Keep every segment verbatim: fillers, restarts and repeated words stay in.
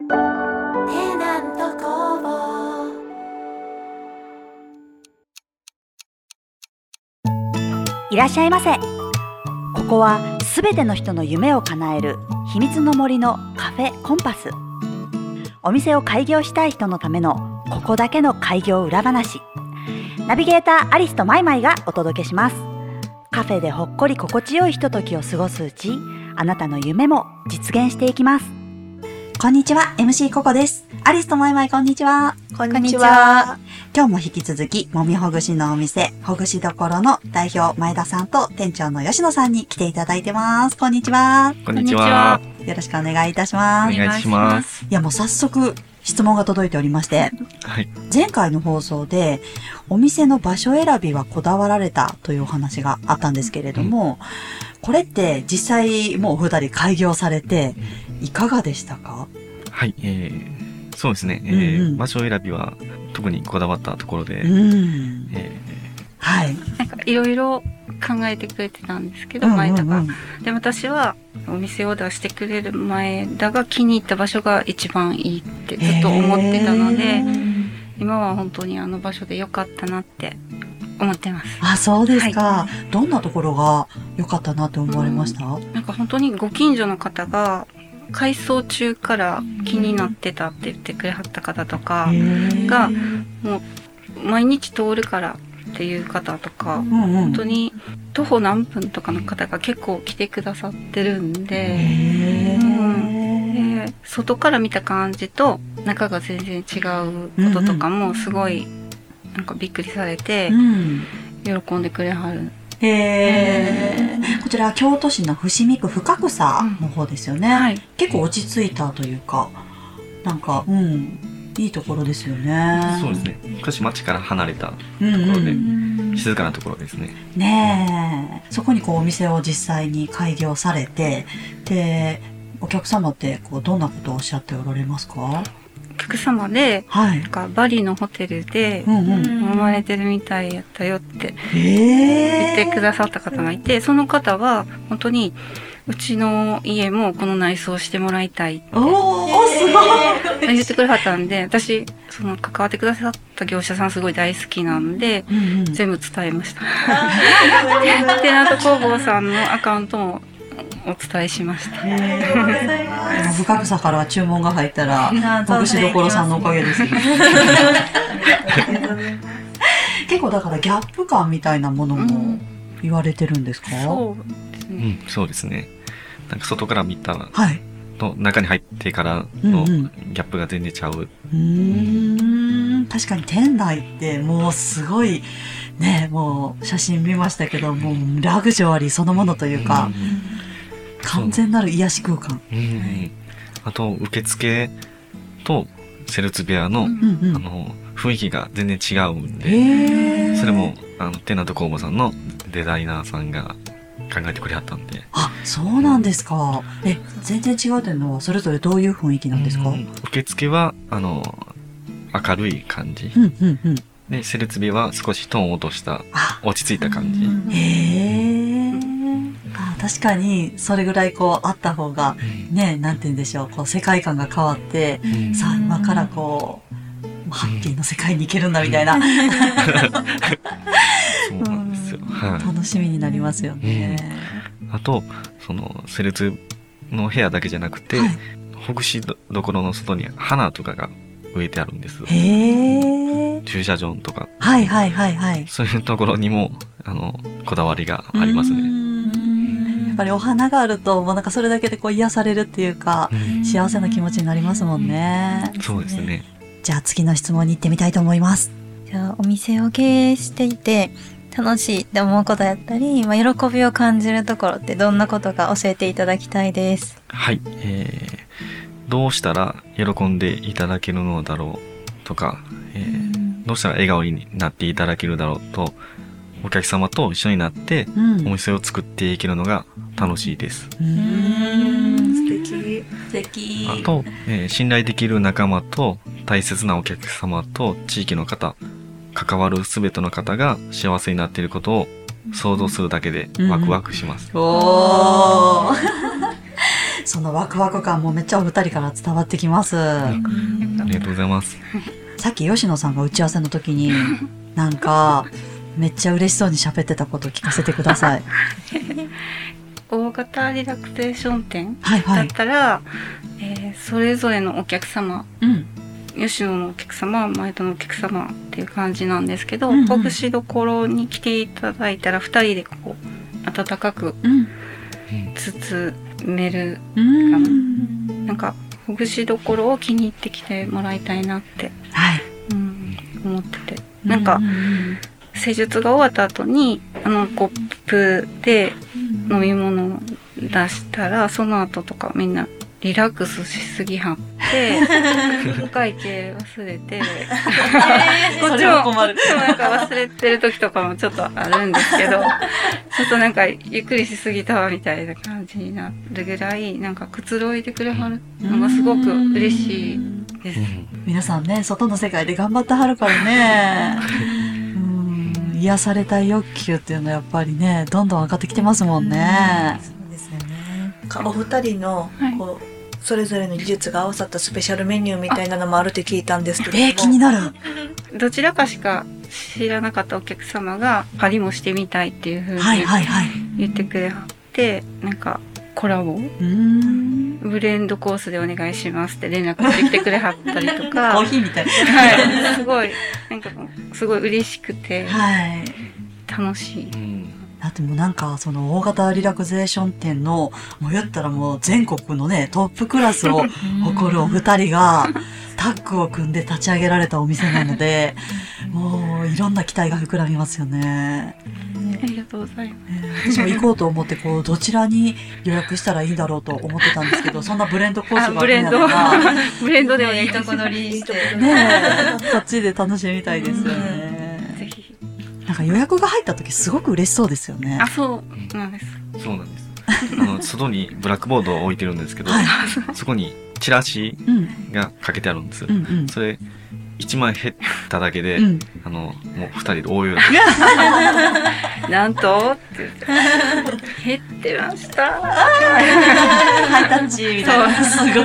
テナント工房。 いらっしゃいませ。ここはすべての人の夢を叶える秘密の森のカフェコンパス。お店を開業したい人のためのここだけの開業裏話。ナビゲーターアリスとマイマイがお届けします。カフェでほっこり心地よいひとときを過ごすうち、あなたの夢も実現していきます。 こんにちは、エムシー ココです。アリスとマイマイ、こんにちは。 こんにちは。 今日も引き続き、もみほぐしのお店、ほぐしどころの代表、前田さんと店長の吉野さんに来ていただいてます。こんにちは。 こんにちは。 よろしくお願いいたします。 お願いします。 いや、もう早速、質問が届いておりまして、 はい、 前回の放送で、お店の場所選びはこだわられたというお話があったんですけれども、うん、これって実際もうお二人開業されて、いかがでしたか？ はい、えー、そうですね、えーうんうん、場所選びは特にこだわったところで、うんえー、はい。なんかいろいろ考えてくれてたんですけど、前田が、うんうんうん。で、私はお店を出してくれる前田が気に入った場所が一番いいってずっと思ってたので、今は本当にあの場所で良かったなって思ってます。 あ、そうですか。はい、どんなところが良かったなって思われました？ うん、なんか本当にご近所の方が改装中から気になってたって言ってくれはった方とかがもう毎日通るからっていう方とか、うんうん、本当に徒歩何分とかの方が結構来てくださってるんで、うん、で外から見た感じと中が全然違うこととかもすごいなんかびっくりされて喜んでくれはる。 へー、こちら京都市の伏見区深草の方ですよね、うんはい、結構落ち着いたというかなんか、うん、いいところですよね。 そうですね、少し町から離れたところで、うんうん、静かなところですね。 ねえ、そこにこうお店を実際に開業されて、でお客様ってこうどんなことをおっしゃっておられますか？ お客様で、はい、なんかバリのホテルで生まれてるみたいやったよって言ってくださった方がいて、その方は本当にうちの家もこの内装してもらいたいっておーすごい言ってくれはったんで、私その関わってくださった業者さんすごい大好きなんで、うんうん、全部伝えました。テナント工房さんのアカウントもお伝えしました。 深草からは注文が入ったらほぐしどころさんのおかげです。結構だからギャップ感みたいなものも言われてるんですか？ うん、そうですね。うん、そうですね。なんか外から見たら、はい、と中に入ってからのギャップが全然ちゃう。うん、 うーん、確かに店内ってもうすごいね、もう写真見ましたけど、もうラグジュアリーそのものというか。うん、完全なる癒し空間、うん、 あと受付とセルツ部屋の、うんうん、あの雰囲気が全然違うんで、それもあのテナント工房さんのデザイナーさんが考えてくれはったんで。 あ、そうなんですか。え、全然違うというのはそれぞれどういう雰囲気なんですか？うん、 受付はあの明るい感じ、 うんうんうん、 でセルツ部は少しトーンを落とした落ち着いた感じ。 へー、あ、確かにそれぐらいこうあった方がね、なんて言うんでしょう、こう世界観が変わって、うん、さあ今からこうハッピーの世界に行けるんだみたいな、うん、 そうなんですよ、はい、 楽しみになりますよね、 うん、あとそのセルツの部屋だけじゃなくて、はい、ほぐしどころの外に花とかが植えてあるんです。 へー、 駐車場とか、 はいはいはいはい、 そういうところにもあのこだわりがありますね。 やっぱりお花があるともうなんかそれだけでこう癒されるっていうか、うん、幸せな気持ちになりますもんね。 そうですね。 じゃあ次の質問に行ってみたいと思います。 じゃあお店を経営していて楽しいって思うことやったり、まあ、喜びを感じるところってどんなことか教えていただきたいです。 はい、えー、どうしたら喜んでいただけるのだろうとか、えー、どうしたら笑顔になっていただけるだろうと、お客様と一緒になってお店を作っていけるのが楽しいです。 うーん、素敵素敵。 あと、えー、信頼できる仲間と大切なお客様と地域の方、関わるすべての方が幸せになっていることを想像するだけでワクワクします。 うん、おーそのワクワク感もめっちゃお二人から伝わってきます。 ありがとうございます。 さっき吉野さんが打ち合わせの時に、なんか、めっちゃ嬉しそうに喋ってたことを聞かせてください。 大型リラクゼーション店はいはい。 だったら、えーそれぞれのお客様、 うん。 吉野のお客様、前田のお客様っていう感じなんですけど、 うんうんほぐしどころに来ていただいたらふたりでこう温かくうん。 包める、 うん。 なんかほぐしどころを気に入ってきてもらいたいなって、 はい。 うん、思ってて、なんかうん施術が終わった後にあのコップで飲み物を出したら、その後とかみんなリラックスしすぎはってお会計忘れて、こっそちもれは困るこっちもなんか忘れてる時とかもちょっとあるんですけど、ちょっとなんかゆっくりしすぎたわみたいな感じになるぐらい、なんかくつろいでくれはるのがすごく嬉しいです。 皆さんね、外の世界で頑張ってはるからね。うん、癒されたい欲求っていうのはやっぱりね、どんどん上がってきてますもんね。 そうですよね。かお二人のはいこうそれぞれの技術が合わさったスペシャルメニューみたいなのもあるって聞いたんですけども。 えー、気になる。 どちらかしか知らなかったお客様がパリもしてみたいっていう風にはいはいはい。 言ってくれはって、なんかコラボうーん。 ブレンドコースでお願いしますって連絡してきてくれはったりとかコーヒーみたいな。 はい、すごいなんかもうすごい嬉しくてはい。 楽しい。 うんだってもうなんかその大型リラクゼーション店のもう言ったらもう全国のねトップクラスを誇るお二人がタッグを組んで立ち上げられたお店なので、もういろんな期待が膨らみますよね。 ありがとうございます。 えー私も行こうと思ってこうどちらに予約したらいいんだろうと思ってたんですけど、そんなブレンドコースあがあるんやブレンドったらブレンドでお願いいいとこします。 取りして。 ねえこっちで楽しみたいですよね。 ぜひ。 なんか予約が入った時すごく嬉しそうですよねあ、。そうなんです。 そうなんです。あの外にブラックボードを置いてるんですけど、 はいそこにチラシうんがかけてあるんです。 うんうんそれいちまい減っただけで、 うん。 あのもうふたりで大喜び。 なんとって言って減ってました。 ハイタッチみたいな。すごい。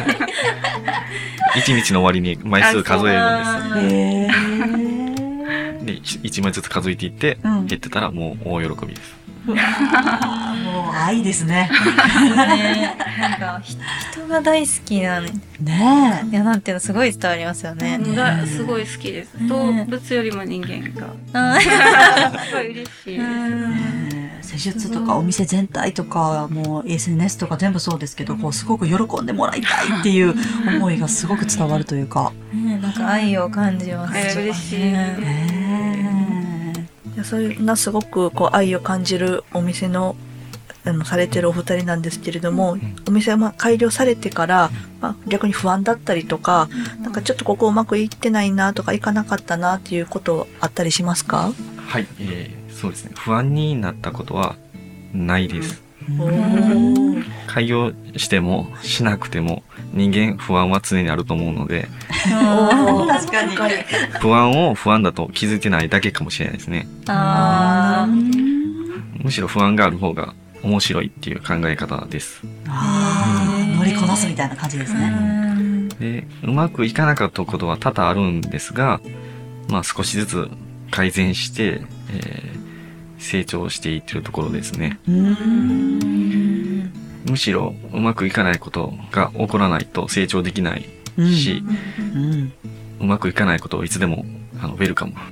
一日の終わりに枚数数えるんへーです。でいちまいずつ数えていって、 うん減ってたらもう大喜びです。 あーもう愛ですね。 ね、なんかひ人が大好きなんいねやなんていうのすごい伝わりますよね。 がすごい好きです。 ね動物よりも人間があすごい嬉しいです。 え。ねえ施術とかお店全体とかもう エスエヌエス とか全部そうですけど、こうすごく喜んでもらいたいっていう思いがすごく伝わるというか。 ねなんか愛を感じます。 えー嬉しいねねいやそういうなすごくこう愛を感じるお店のあのされてるお二人なんですけれども、お店はまあ開業されてから、まあ、逆に不安だったりとか、なんかちょっとここうまくいってないなとかいかなかったなっていうことあったりしますか？ はい、えー、そうですね。不安になったことはないです。 え。 おうんー開業してもしなくても人間不安は常にあると思うので、 おー確かにわる不安を不安だと気づいてないだけかもしれないですね。 あむしろ不安がある方が面白いっていう考え方です。 あー乗りこなすみたいな感じですーね。 うんで、うまくいかなかったことは多々あるんですが、まあ少しずつ改善して、えー成長していってるところですね。 うーんむしろうまくいかないことが起こらないと成長できないうんし、 うんうまくいかないことをいつでもあのウェルカム。も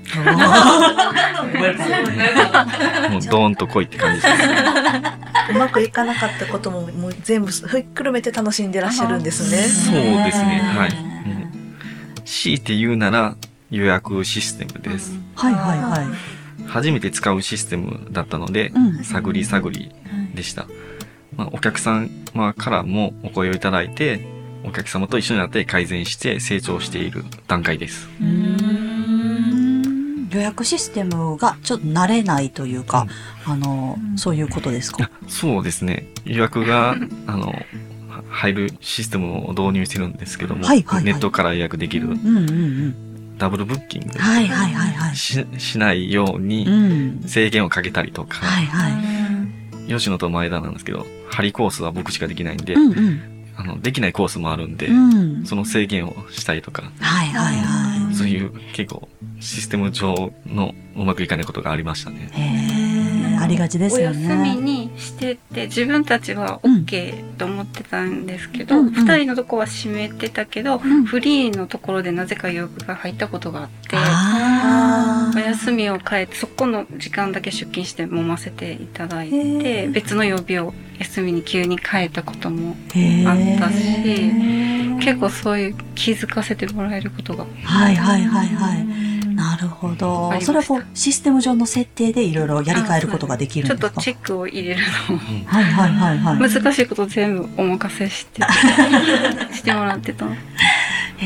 うドーンと来いって感じです。 うまくいかなかったことももう全部ひっくるめて楽しんでらっしゃるんですね。 そうですね。はい。うん強いて言うなら予約システムです。 はいはいはい。 初めて使うシステムだったので、 うん探り探りでした。まあ、お客様からもお声をいただいて、お客様と一緒になって改善して成長している段階です。 うーん予約システムがちょっと慣れないというか、あの、そういうことですか？ そうですね。予約が、あの、は入るシステムを導入してるんですけども、 はいはいはいネットから予約できるうんうんうん。 ダブルブッキングはいはいはいはい。 ししないよううにん。 制限をかけたりとか、 はいはい。 吉野と前田なんですけど、針コースは僕しかできないんで、 うんうん。 あの、できないコースもあるんで、 うん。 その制限をしたりとか、 はいはいはそういう結構システム上のうまくいかないことがありましたね。 い。へえ、ありがちですよお休みね。 にしてて、自分たちは OK と思ってたんですけど、 うんうん二人のとこは閉めてたけど、 んフリーのところでなぜか予約が入ったことがあって、 あお休みを変えて、そこの時間だけ出勤して揉ませていただいへて、 ー別の曜日を休みに急に変えたこともー。へーあったし、結構そういう気づかせてもらえることが。 はいはいはいはい。なるほあど。 りましたそれはこう、システム上の設定でいろいろやり替えることができるんちょですか？ っとチェックを入れるのをはいはいはいはい。 難しいこと全部お任せしてしてもらってた。 へ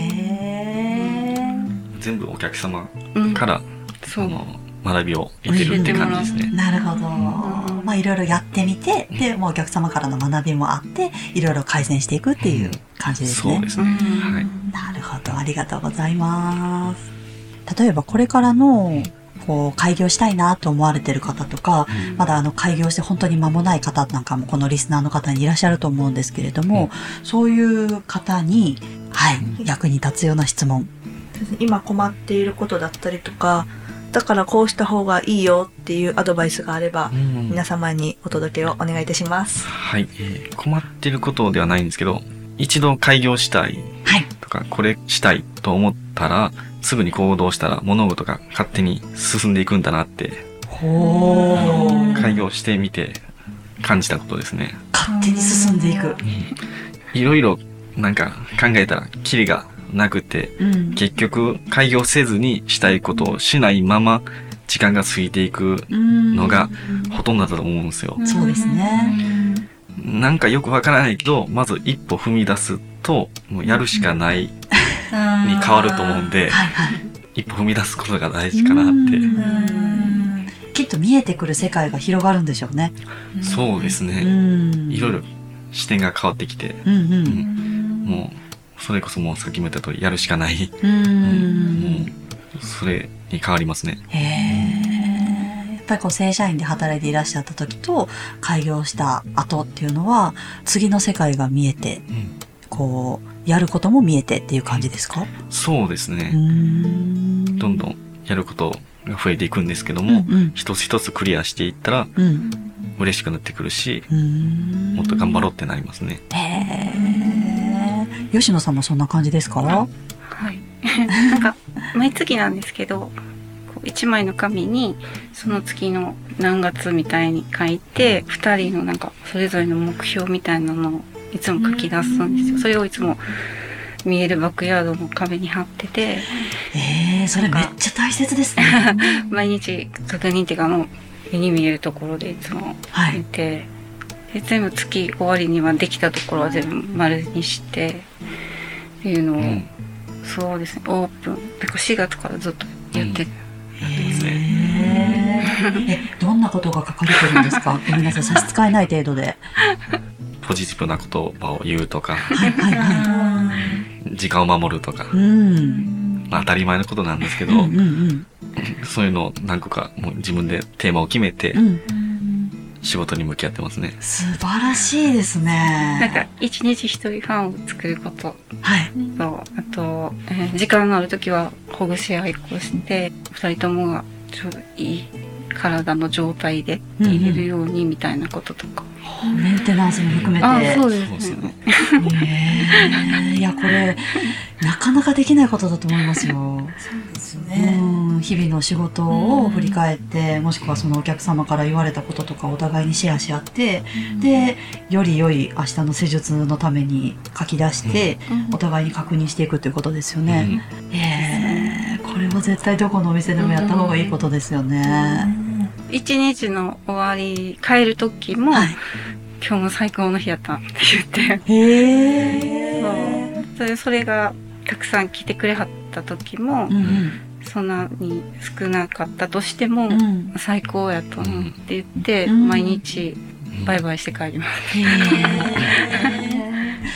ー。 全部お客様うんから、 そうあの、学びを得てるって感じですね。 なるほど。 んまあいろいろやってみて、で、もうお客様からの学びもあって、いろいろ改善していくっていう感じですね。 そうですね。はい。 なるほど。ありがとうございます。例えばこれからの、こう、開業したいなと思われてる方とか、まだあの、開業して本当に間もない方なんかもこのリスナーの方にいらっしゃると思うんですけれども、そういう方に、はい、役に立つような質問。 今困っていることだったりとか、だからこうした方がいいよっていうアドバイスがあれば、 うん皆様にお届けをお願いいたします。 はい、えー困ってることではないんですけど、一度開業したいはい。 とか、これしたいと思ったら、すぐに行動したら物事が勝手に進んでいくんだなって、 ほー。 開業してみて感じたことですね。 勝手に進んでいく。 いろいろなんか考えたらキリがなくて、 うん。 結局開業せずにしたいことをしないまま時間が過ぎていくのがほとんどだと思うんですよ。 そうですね。 なんかよくわからないけど、まず一歩踏み出すと、もうやるしかないに変わると思うんで、 はいはい。 一歩踏み出すことが大事かなって。 うんきっと見えてくる世界が広がるんでしょうね。 そうですうね。 ん。 いろいろ視点が変わってきて、 うんう。 うんんもう、それこそもうさっきも言った通りやるしかない。 う。 うんもう、それに変わりますね。 へえ。やっぱりこう正社員で働いていらっしゃった時と開業した後っていうのは次の世界が見えて、 うんこうやることも見えてっていう感じですか？ そうですうーね。 ん。 どんどんやることが増えていくんですけどうんも、 うん一つ一つクリアしていったらうん。 嬉しくなってくるし、 うーんもっと頑張ろうってなりますね。 へえ。吉野さんもそんな感じですか？ はい。なんか毎月なんですけど、こう一枚の紙にその月の何月みたいに書いて、二人のなんかそれぞれの目標みたいなのをいつも書き出すんですよ。それをいつも見えるバックヤードの壁に貼ってて、 ええ、それめっちゃ大切ですね。 毎日確認っていうかあの目に見えるところでいつもはい見て、で全部月終わりにはできたところは全部丸にしてっていうのを、 うんそうですね、オープンだからしがつからずっとやってる、 へえ。え、どんなことが書かれてるんですか？ごめんなさい、差し支えない程度で。 ポジティブな言葉を言うとか、 はいはいは時間を守るとかい。、うん。 まあ当たり前のことなんですけど、 うんうんうん。 そういうのを何個かもう自分でテーマを決めてうん。 仕事に向き合ってますね。 素晴らしいですね。 なんか一日一人ファンを作ることはい。 と、あと、えー時間のある時はほぐし合いっこして二人ともがちょうどいい体の状態でいれるようにみたいなこととか、 メンテナンスも含めて。 あそうそうでですすねね。 へえ。いや、これ、なかなかできないことだと思いますよ。 ですうん、日々の仕事を振り返って、もしくはそのお客様から言われたこととかお互いにシェアし合って、で、より良い明日の施術のために書き出して、お互いに確認していくということですよね。へえ、これは絶対どこのお店でもやった方がいいことですよね。 一日の終わり帰る時も、 はい今日も最高の日やったって言って、 へえ。 そうそれそれがたくさん来てくれはった時も、 うんうんそんなに少なかったとしても、 うん最高やと思って言って、 うん毎日バイバイして帰ります。 へえ。やっぱ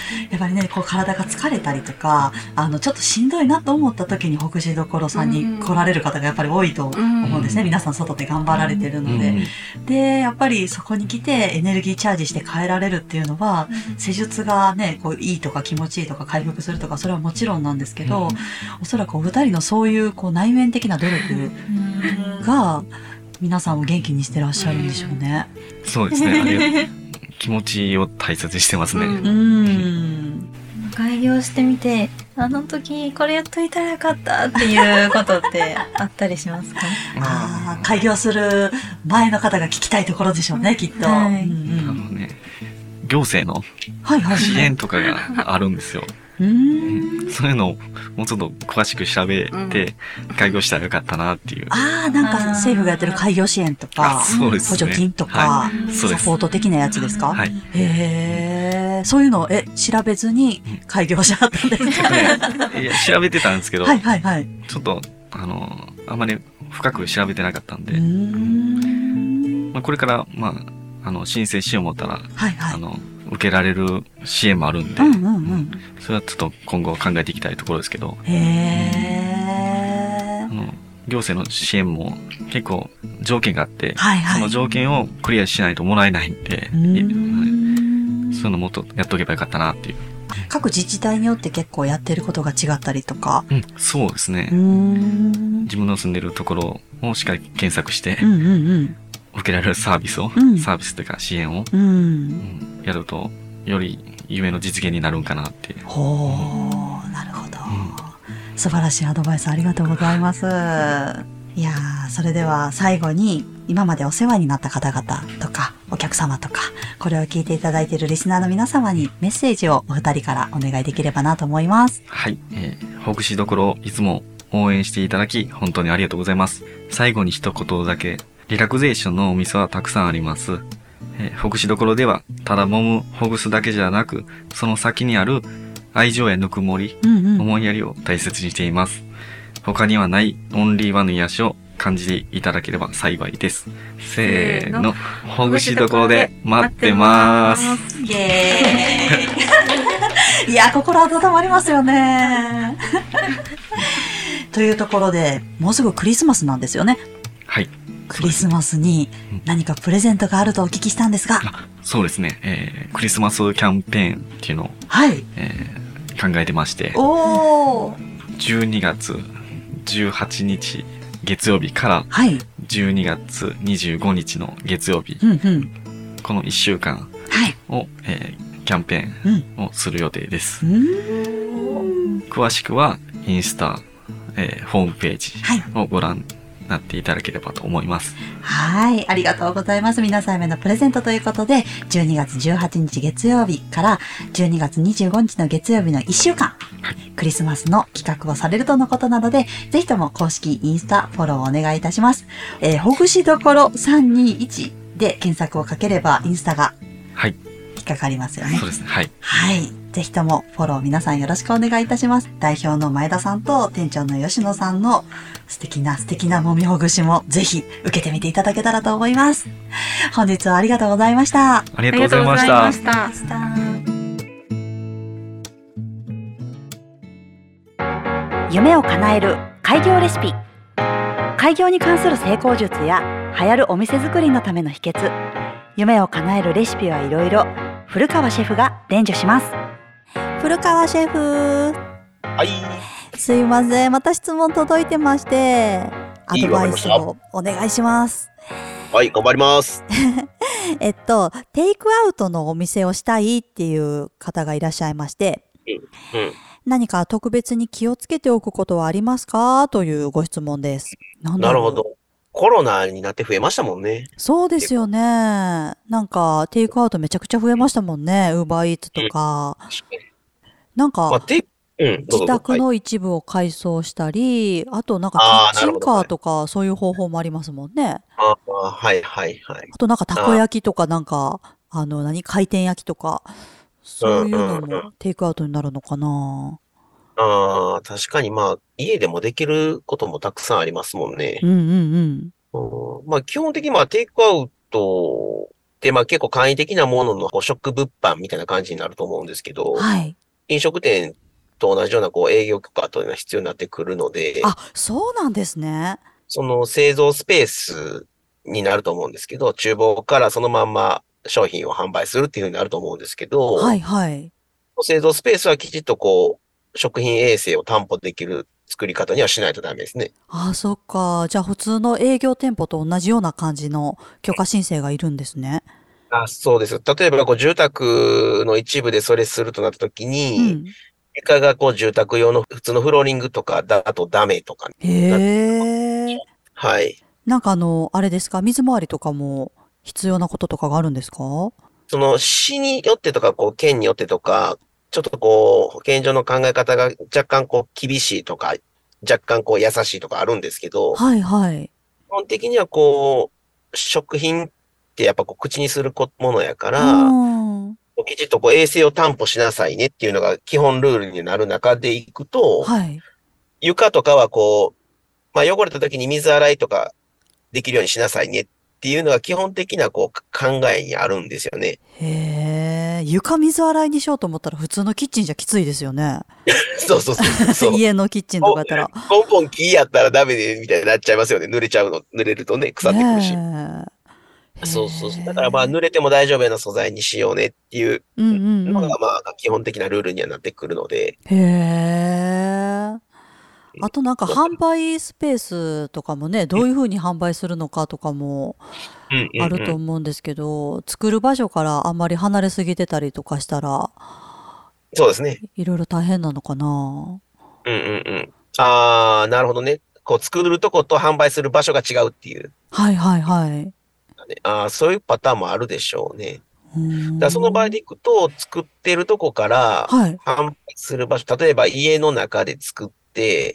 ぱりね、こう体が疲れたりとか、あの、ちょっとしんどいなと思った時に、ほぐしどころさんに来られる方がやっぱり多いと思うんですね。皆さん外で頑張られてるので。で、やっぱりそこに来てエネルギーチャージして変えられるっていうのは、施術がね、こういいとか気持ちいいとか回復するとか、それはもちろんなんですけど、おそらくお二人のそういうこう内面的な努力が、皆さんを元気にしてらっしゃるんでしょうね。 そうですね。あれ気持ちを大切にしてますね。 うんうん開業してみて、あの時これやっといたらよかったっていうことってあったりしますか？ ああ、開業する前の方が聞きたいところでしょうね、きっと。 はいうんうんあのね、行政のはいはい。 支援とかがあるんですよ。 うーん。 そういうのをもうちょっと詳しく調べて開業したらよかったなっていう。 ああ、なんか政府がやってる開業支援とか、 あそうですね補助金とか、 はいそうですサポート的なやつですか？ はい。 へえ、そういうのを、え、調べずに開業しはったんですか？ いや調べてたんですけど、 はいはいはい。 ちょっとあのあんまり深く調べてなかったんで、 うーん。 まあ、これからまああの申請しよう思ったら、 はいはい。 あの受けられる支援もあるんで、 うんうんうん。 それはちょっと今後考えていきたいところですけど、 へえあ。の行政の支援も結構条件があって、 はいはい。 その条件をクリアしないともらえないんで、 うーんそういうのもっとやっとけばよかったなっていう。 各自治体によって結構やってることが違ったりとか。 うん、そうですね。 うーん。 自分の住んでるところをしっかり検索して、 うんうんうん。 受けられるサービスを、 うんサービスというか支援を、 う。 うんん、やると、より夢の実現になるんかなって。 ほー、なるほど。素晴らしいアドバイスありがとうございます。いやー、それでは最後に、今までお世話になった方々とか、お客様とか、これを聞いていただいているリスナーの皆様にメッセージをお二人からお願いできればなと思います。 はい、えー、ほぐしどころをいつも応援していただき、本当にありがとうございます。最後に一言だけ、リラクゼーションのお店はたくさんあります。えー、ほぐしどころでは、ただ揉む、ほぐすだけじゃなく、その先にある愛情やぬくもり、 うんうん。 思いやりを大切にしています。他にはないオンリーワンの癒しを感じていただければ幸いです。せーの、ほぐしどころで待ってまーす。 イエーイいや、心温まりますよね。というところで、もうすぐクリスマスなんですよね。 はい。 クリスマスに何かプレゼントがあるとお聞きしたんですが。 あ、そうですね。えー、クリスマスキャンペーンっていうのを、 はい。 えー、考えてまして、 おー。 じゅうにがつじゅうはちにち月曜日からはい。 じゅうにがつにじゅうごにちの月曜日、 うんうん。 このいっしゅうかんはい。 を、えー、キャンペうん。 ーンをする予定ですう。ーん。 詳しくはインスタ、えー、ホームページはい。 をご覧になっていただければと思います。 はい。ありがとうございます。皆さんへのプレゼントということで、じゅうにがつじゅうはちにち月曜日からじゅうにがつにじゅうごにちの月曜日のいっしゅうかん、クリスマスの企画をされるとのことなので、ぜひとも公式インスタフォローをお願いいたします。えー、ほぐしどころさんにいちで検索をかければインスタがはい。 引っかかりますよねそう。ですね。はい。 はい。ぜひともフォロー皆さんよろしくお願いいたします。代表の前田さんと店長の吉野さんの素敵な素敵な揉みほぐしもぜひ受けてみていただけたらと思います。本日はありがとうございました。 ありがとうございました。 ありがとうございました。 夢を叶える開業レシピ。開業に関する成功術や流行るお店作りのための秘訣、夢を叶えるレシピはいろいろ、古川シェフが伝授します。 古川シェフ、 はい。 すいません。また質問届いてまして、アドバイスいいわをお願いします。 はい、頑張ります。 えっと、テイクアウトのお店をしたいっていう方がいらっしゃいまして、 うん。うん。 何か特別に気をつけておくことはありますかというご質問です。なんだろうなるほど。コロナになって増えましたもんね。 そうですよね。なんか、テイクアウトめちゃくちゃ増えましたもんね。ウーバーイーツとか。 確かに。 なんまあ、 か、 て、うん、どうぞどうぞ。 自宅はい。 の一部を改装したり、あとなんかあーキッチンなるほどカーとかそういう方法もありますもんね。 ああ、はいはいはい。 あとなんかたこ焼きとかなんか、あの何、回転焼きとか、そういうのうんうんうもテイクアウトになるのかな。 ああ、確かにまあ、家でもできることもたくさんありますもんねう。んうんうん。 うん、まあ、基本的にまあ、テイクアウトってまあ結構簡易的なもののこう食物販みたいな感じになると思うんですけど、 はい。 飲食店と同じようなこう営業許可というのが必要になってくるので、 あ、そうなんですね。 その製造スペースになると思うんですけど、厨房からそのまんま商品を販売するっていうふうになると思うんですけど、 はいはい。 製造スペースはきちっとこう、食品衛生を担保できる作り方にはしないとダメですね。 ああ、そっか。じゃあ普通の営業店舗と同じような感じの許可申請がいるんですね。 あ、そうです。例えばこう住宅の一部でそれするとなった時うに、 ん。 床がこう住宅用の普通のフローリングとかだとダメとかになっへえ。 はい。 なんかあの、あれですか、水回りとかも必要なこととかがあるんですか？ その市によってとか、こう県によってとか、ちょっとこう保健所の考え方が若干こう厳しいとか、若干こう優しいとかあるんですけど、 はいはい。 基本的にはこう、食品ってやっぱこう口にするこものやかうら、 ん。 きちっとこう衛生を担保しなさいねっていうのが基本ルールになる中でいくと、 はい。 床とかはこう、まあ汚れた時に水洗いとかできるようにしなさいねっていうのが基本的なこう考えにあるんですよね。 へえ。床水洗いにしようと思ったら普通のキッチンじゃきついですよね。 そうそうそうそう。 家のキッチンとかやったら。 ポンポン木やったらダメで、みたいになっちゃいますよね。濡れちゃうの。濡れるとね、腐ってくるし。 ねえ。 そうそうそう。だへからまあ、 え。 濡れても大丈夫な素材にしようねっていううんうんのが、 うん。 まあ、基本的なルールにはなってくるので。 へえ。あとなんかまあ販売スペースとかもね、どういうふうに販売するのかとかもうんうあるとんうん。 思うんですけど、作る場所からあんまり離れすぎてたりとかしたら、 そうですね。 いろいろ大変なのかな。 うんうんうん。ああ、なるほどね。こう、作るとこと販売する場所が違うっていう。 はいはいはい。 ね、ああ、そういうパターンもあるでしょうね。 うーだからその場合ん。 でいくと、作ってるとこからはい。 販売する場所、例えば家の中で作って、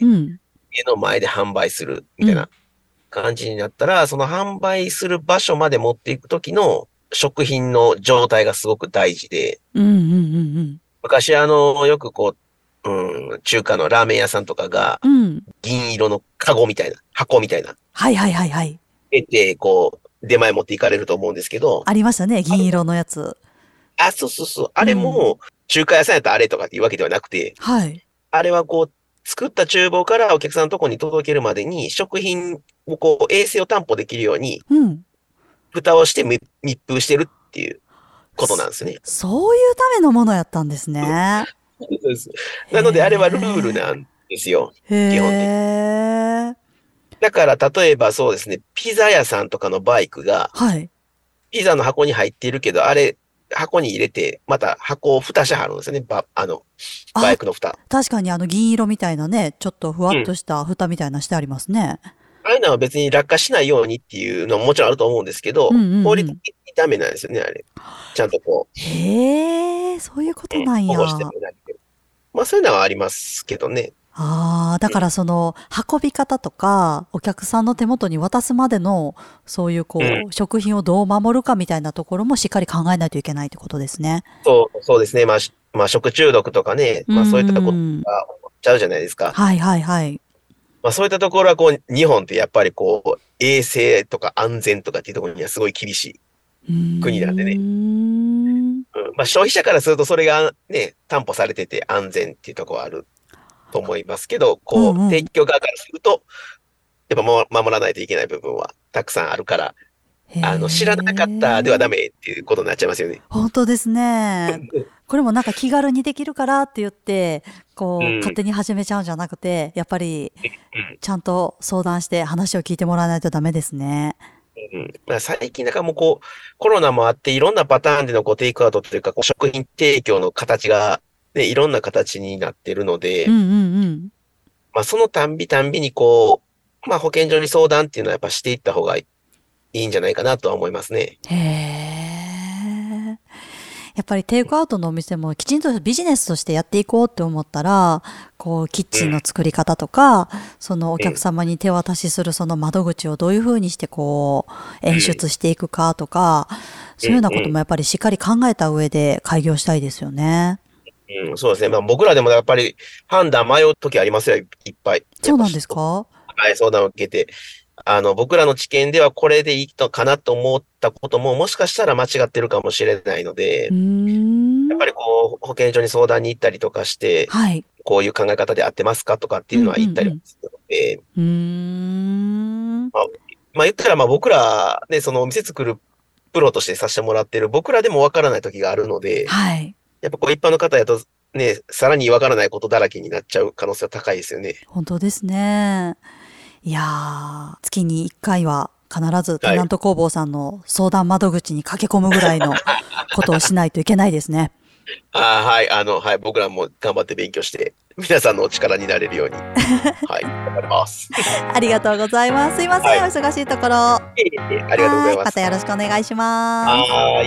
うん。 家の前で販売するみうん。 たいな感じになったら、その販売する場所まで持っていくときの食品の状態がすごく大事で、 うんうんうん昔あの、よくこう、うん、中華のラーメン屋さんとかがうん。うん。 銀色のカゴみたいな、箱みたいな、 はいはいはいはい。 入れて、こう、出前持っていかれると思うんですけど、 ありましたね、 あれ、 銀色のやつ。 あ、そうそうそう、あうん。 れも中華屋さんやったらあれとかっていうわけではなくて、 はい。 あれはこう、作った厨房からお客さんのところに届けるまでに、食品をこう、衛生を担保できるように、 うん。 蓋をして密密封してるっていうことなんそ、 ですね。 そういうためのものやったんですね。 そうです。 へなので、あれはルールえ。 なんですよ。 へ基本的に。 え。 だから、例えばそうですね、ピザ屋さんとかのバイクが、 はい。 ピザの箱に入っているけど、あれ、箱に入れて、また箱を蓋してはるんですよね。ば、あの、バあ、 イクの蓋。 確かにあの銀色みたいなね、ちょっとふわうん。 っとした蓋みたいなしてありますね。 ああいうのは別に落下しないようにっていうのももちろんあると思うんですけど、 うんうん法うん。 律的にダメなんですよね、あれ。ちゃんとこへえ、そういうこう、うん、 となん保護してや。 もらえる。まあそういうのはありますけどね。 ああ、だうん。 からその運び方とか、お客さんの手元に渡すまでの、そういううん。 こう、食品をどう守るかみたいなところもしっかり考えないといけないってことですね。 そう、そうですね。まあ、しまあ、食中毒とかね、 うまあそういったことーん。 が起こっちゃうじゃないですか。 はいはいはい。 まあそういったところはこう、日本ってやっぱりこう、衛生とか安全とかっていうところにはすごい厳しうーい国なんでね。 ん。 うん、まあ消費者からするとそれがね、担保されてて安全っていうところはあると思いますけど、 うこう、 んうん。 提供側からすると、やっぱも守らないといけない部分はたくさんあるから、 へあの、知らなかったではダえ。 メっていうことになっちゃいますよね。 本当ですね。これもなんか気軽にできるからって言って、 うこう、勝ん。 手に始めちゃうんじゃなくて、やっぱり、 うん。 ちゃんと相談して話を聞いてもらわないとダメですね。 うん。まあ、最近なんかもうこう、コロナもあっていろんなパターンでのこうテイクアウトというか、こう食品提供の形が、ね、いろんな形になってるので、 うんうんうん。 まあ、そのたんびたんびにこう、まあ、保健所に相談っていうのはやっぱしていった方がいいんじゃないかなとは思いますね。 へえ。やっぱりテイクアウトのお店もきちんとビジネスとしてやっていこうって思ったら、こう、キッチンのうん。 作り方とか、そのおうん。 客様に手渡しするその窓口をどういうふうにしてこう、演うん。 出していくかとか、 うん。 そういうようなことうん。 もやっぱりしっかり考えた上で開業したいですよね。 うん、そうですね。まあ、僕らでもやっぱり判断迷うときありますよ、いっぱい。やそうなんっぱし、 ですか？ はい、相談を受けて。あの、僕らの知見ではこれでいいのかなと思ったことも、もしかしたら間違ってるかもしれないのうーで、やっぱりこう、保健所に相談に行ったりとかして、 はい。 こういう考え方で合ってますかとかっていうのは言ったりするので、 うーん。 まあ、まあ言ったらまあ僕らね、そのお店作るプロとしてさせてもらってる僕らでもわからない時があるので、 はい。 やっぱこう一般の方やとね、さらにわからないことだらけになっちゃう可能性は高いですよね。 本当ですね。いやー、月にいっかいは必ずテナント工房さんの相談窓口に駆け込むぐらいのことをしないといけないですね。 あはい、あの、はい、僕らも頑張って勉強して、皆さんのお力になれるように、はい、頑張ります。 ありがとうございます。すいません、はい、お忙しいところ。 いえいえ、ありがとうございます。 またよろしくお願いします。 はい。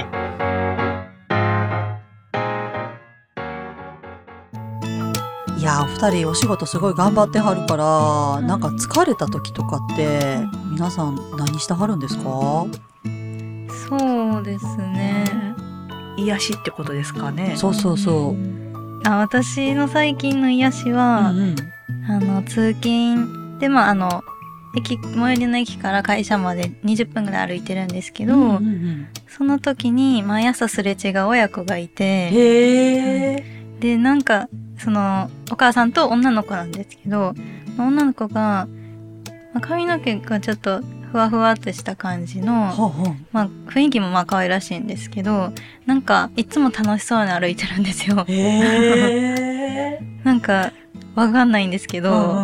いやー、お二人お仕事すごい頑張ってはるから、なんか疲れた時とかって皆さん何してはるんですか？ そうですね。 癒しってことですかね。 そうそうそう。 あ、私の最近の癒しは、うんうん、あの通勤で、まああの駅最寄りの駅から会社までにじゅっぷんぐらい歩いてるんですけど、うんうんうん、その時に毎朝すれ違う親子がいて、へー、でなんかそのお母さんと女の子なんですけど、女の子が、まあ、髪の毛がちょっとふわふわっとした感じの、ほうほう、まあ、雰囲気もまあ可愛らしいんですけど、なんかいつも楽しそうに歩いてるんですよ。へーなんかわかんないんですけど、うんうん、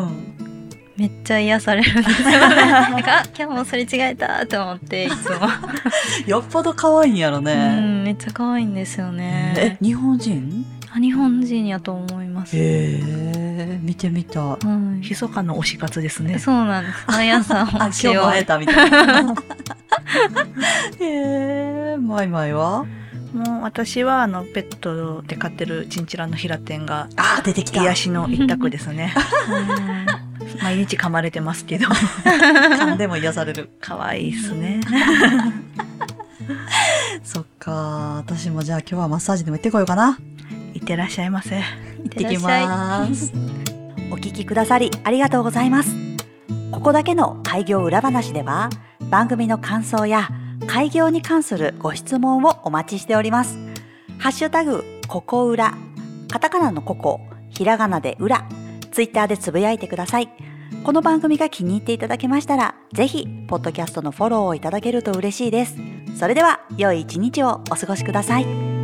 めっちゃ癒されるんですよ。なんか、あ、今日もすれ違えたと思っていつもよっぽど可愛いんやろね。 うん、めっちゃ可愛いんですよね。 え、日本人？ あ、日本人やと思います。 へえ、見てみた。うん、 密かな推し活ですね。 そうなんです。毎朝推しを。今日も会えたみたいな。へえ、マイマイは？ もう私はあのペットで飼ってるチンチラのヒラテンがあ出てきた癒しの一択ですね。毎日噛まれてますけど噛んでも癒される。 可愛いですね。 そっか、私もじゃあ今日はマッサージでも行ってこようかな。 いってらっしゃいませ。 行ってきます。 お聞きくださりありがとうございます。ここだけの開業裏話では、番組の感想や開業に関するご質問をお待ちしております。ハッシュタグここ裏、カタカナのココ、ひらがなで裏、ツイッターでつぶやいてください。この番組が気に入っていただけましたら、ぜひポッドキャストのフォローをいただけると嬉しいです。それでは良い一日をお過ごしください。